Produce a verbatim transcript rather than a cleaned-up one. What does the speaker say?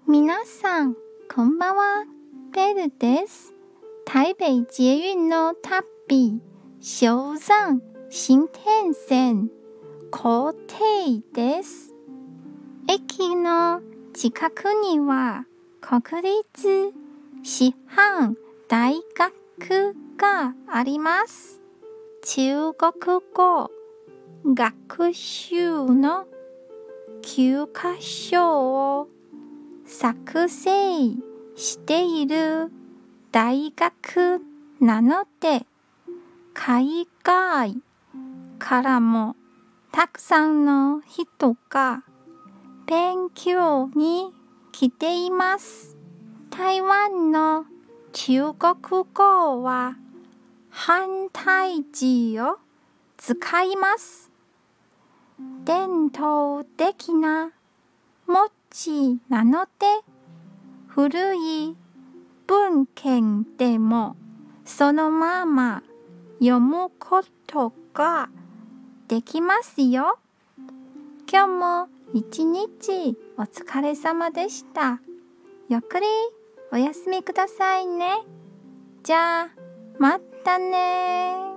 皆さん、こんばんは。ベルです。台北捷運の旅、小山新天線、校庭です。駅の近くには国立師範大学があります。中国語学習の教科書を作成している大学なので、海外からもたくさんの人が勉強に来ています。台湾の中国語は繁体字を使います。伝統的な文字なので、古い文献でもそのまま読むことができますよ。今日も一日お疲れ様でした。ゆっくりお休みくださいね。じゃあ、またね。